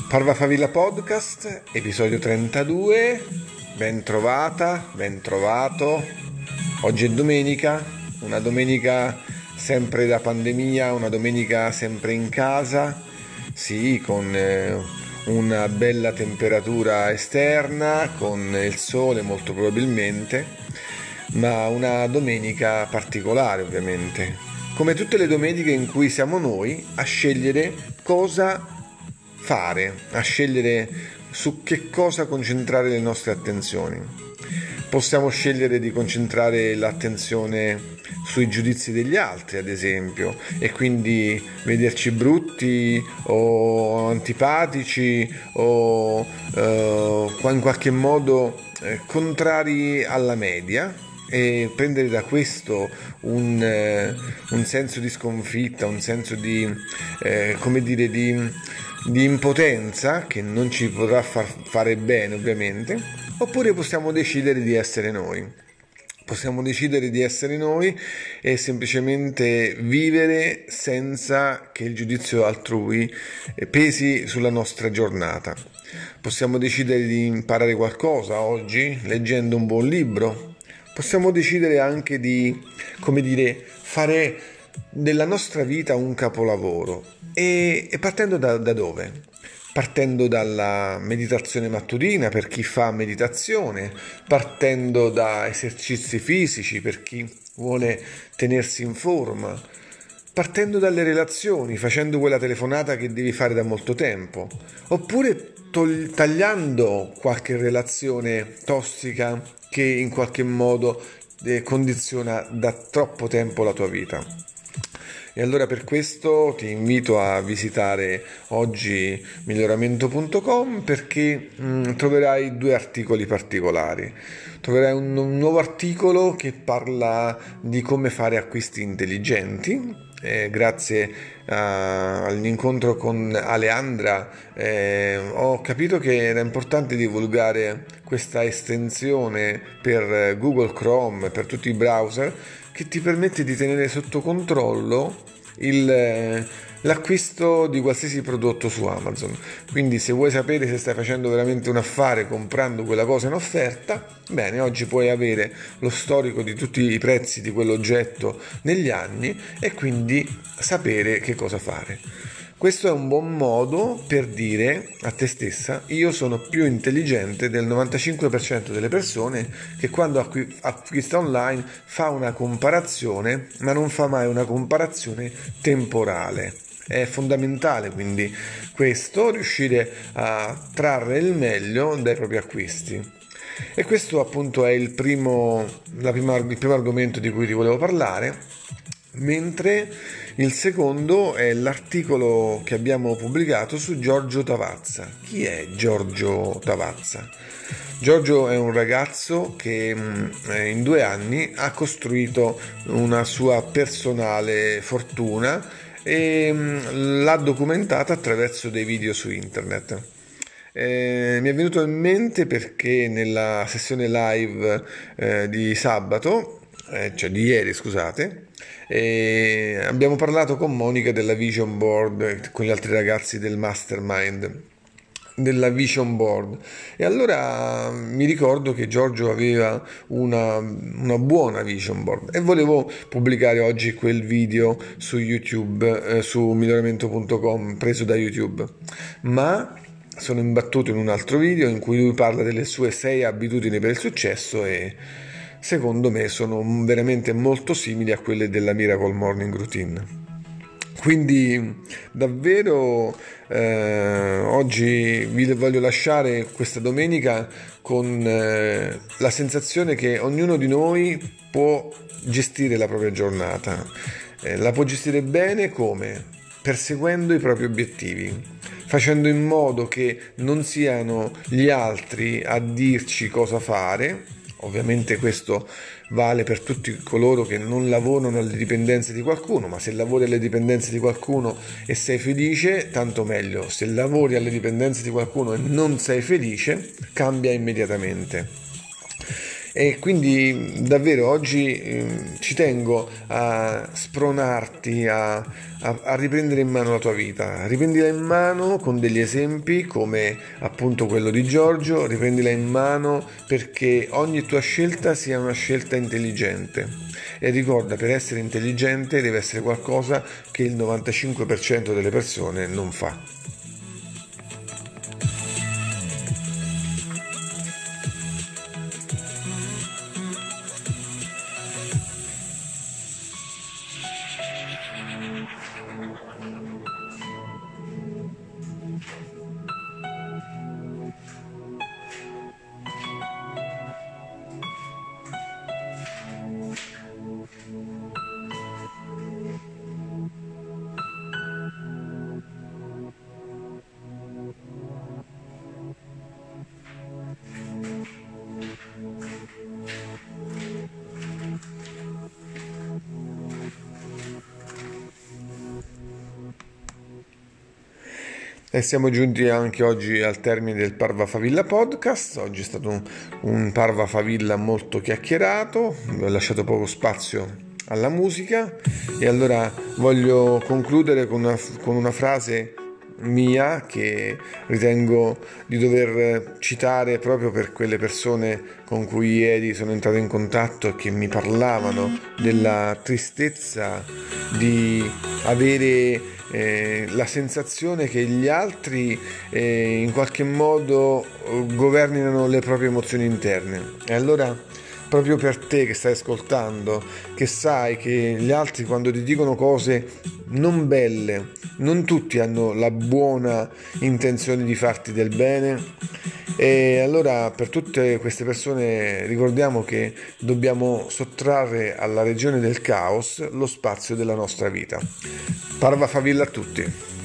Parva Favilla Podcast, episodio 32, ben trovata, ben trovato. Oggi è domenica, una domenica sempre da pandemia, una domenica sempre in casa, sì, con una bella temperatura esterna, con il sole molto probabilmente, ma una domenica particolare ovviamente, come tutte le domeniche in cui siamo noi a scegliere cosa fare, a scegliere su che cosa concentrare le nostre attenzioni. Possiamo scegliere di concentrare l'attenzione sui giudizi degli altri, ad esempio, e quindi vederci brutti o antipatici o in qualche modo contrari alla media, e prendere da questo un senso di sconfitta, un senso di impotenza che non ci potrà fare bene ovviamente. Oppure possiamo decidere di essere noi. Possiamo decidere di essere noi e semplicemente vivere senza che il giudizio altrui pesi sulla nostra giornata. Possiamo decidere di imparare qualcosa oggi leggendo un buon libro. Possiamo decidere anche di, fare della nostra vita un capolavoro. E partendo da dove? Partendo dalla meditazione mattutina per chi fa meditazione, partendo da esercizi fisici per chi vuole tenersi in forma, partendo dalle relazioni, facendo quella telefonata che devi fare da molto tempo, oppure tagliando qualche relazione tossica che in qualche modo condiziona da troppo tempo la tua vita. E allora per questo ti invito a visitare oggi miglioramento.com, perché troverai due articoli particolari. Troverai un nuovo articolo che parla di come fare acquisti intelligenti. Grazie all'incontro con Aleandra ho capito che era importante divulgare questa estensione per Google Chrome, per tutti i browser, che ti permette di tenere sotto controllo l'acquisto di qualsiasi prodotto su Amazon. Quindi se vuoi sapere se stai facendo veramente un affare comprando quella cosa in offerta, bene, oggi puoi avere lo storico di tutti i prezzi di quell'oggetto negli anni e quindi sapere che cosa fare. Questo è un buon modo per dire a te stessa: io sono più intelligente del 95% delle persone che quando acquista online fa una comparazione, ma non fa mai una comparazione temporale. È fondamentale quindi questo, riuscire a trarre il meglio dai propri acquisti. E questo appunto è il primo argomento di cui ti volevo parlare, mentre il secondo è l'articolo che abbiamo pubblicato su Giorgio Tavazza. Chi è Giorgio Tavazza? Giorgio è un ragazzo che in 2 anni ha costruito una sua personale fortuna e l'ha documentata attraverso dei video su internet. Mi è venuto in mente perché nella sessione live di sabato, cioè di ieri, scusate, abbiamo parlato con Monica della Vision Board, con gli altri ragazzi del Mastermind della Vision Board, e allora mi ricordo che Giorgio aveva una buona Vision Board e volevo pubblicare oggi quel video su YouTube, su miglioramento.com, preso da YouTube, ma sono imbattuto in un altro video in cui lui parla delle sue 6 abitudini per il successo e secondo me sono veramente molto simili a quelle della Miracle Morning Routine. Quindi davvero oggi vi voglio lasciare questa domenica con la sensazione che ognuno di noi può gestire la propria giornata. La può gestire bene come? Perseguendo i propri obiettivi, facendo in modo che non siano gli altri a dirci cosa fare. Ovviamente questo vale per tutti coloro che non lavorano alle dipendenze di qualcuno, ma se lavori alle dipendenze di qualcuno e sei felice, tanto meglio. Se lavori alle dipendenze di qualcuno e non sei felice, cambia immediatamente. E quindi davvero oggi ci tengo a spronarti a riprendere in mano la tua vita, riprendila in mano con degli esempi come appunto quello di Giorgio, riprendila in mano perché ogni tua scelta sia una scelta intelligente. E ricorda, per essere intelligente deve essere qualcosa che il 95% delle persone non fa. E siamo giunti anche oggi al termine del Parva Favilla Podcast. Oggi è stato un Parva Favilla molto chiacchierato, vi ho lasciato poco spazio alla musica e allora voglio concludere con una frase mia che ritengo di dover citare proprio per quelle persone con cui ieri sono entrato in contatto e che mi parlavano della tristezza di avere la sensazione che gli altri in qualche modo governino le proprie emozioni interne. E allora, proprio per te che stai ascoltando, che sai che gli altri quando ti dicono cose non belle, non tutti hanno la buona intenzione di farti del bene, e allora per tutte queste persone ricordiamo che dobbiamo sottrarre alla regione del caos lo spazio della nostra vita. Parva favilla a tutti.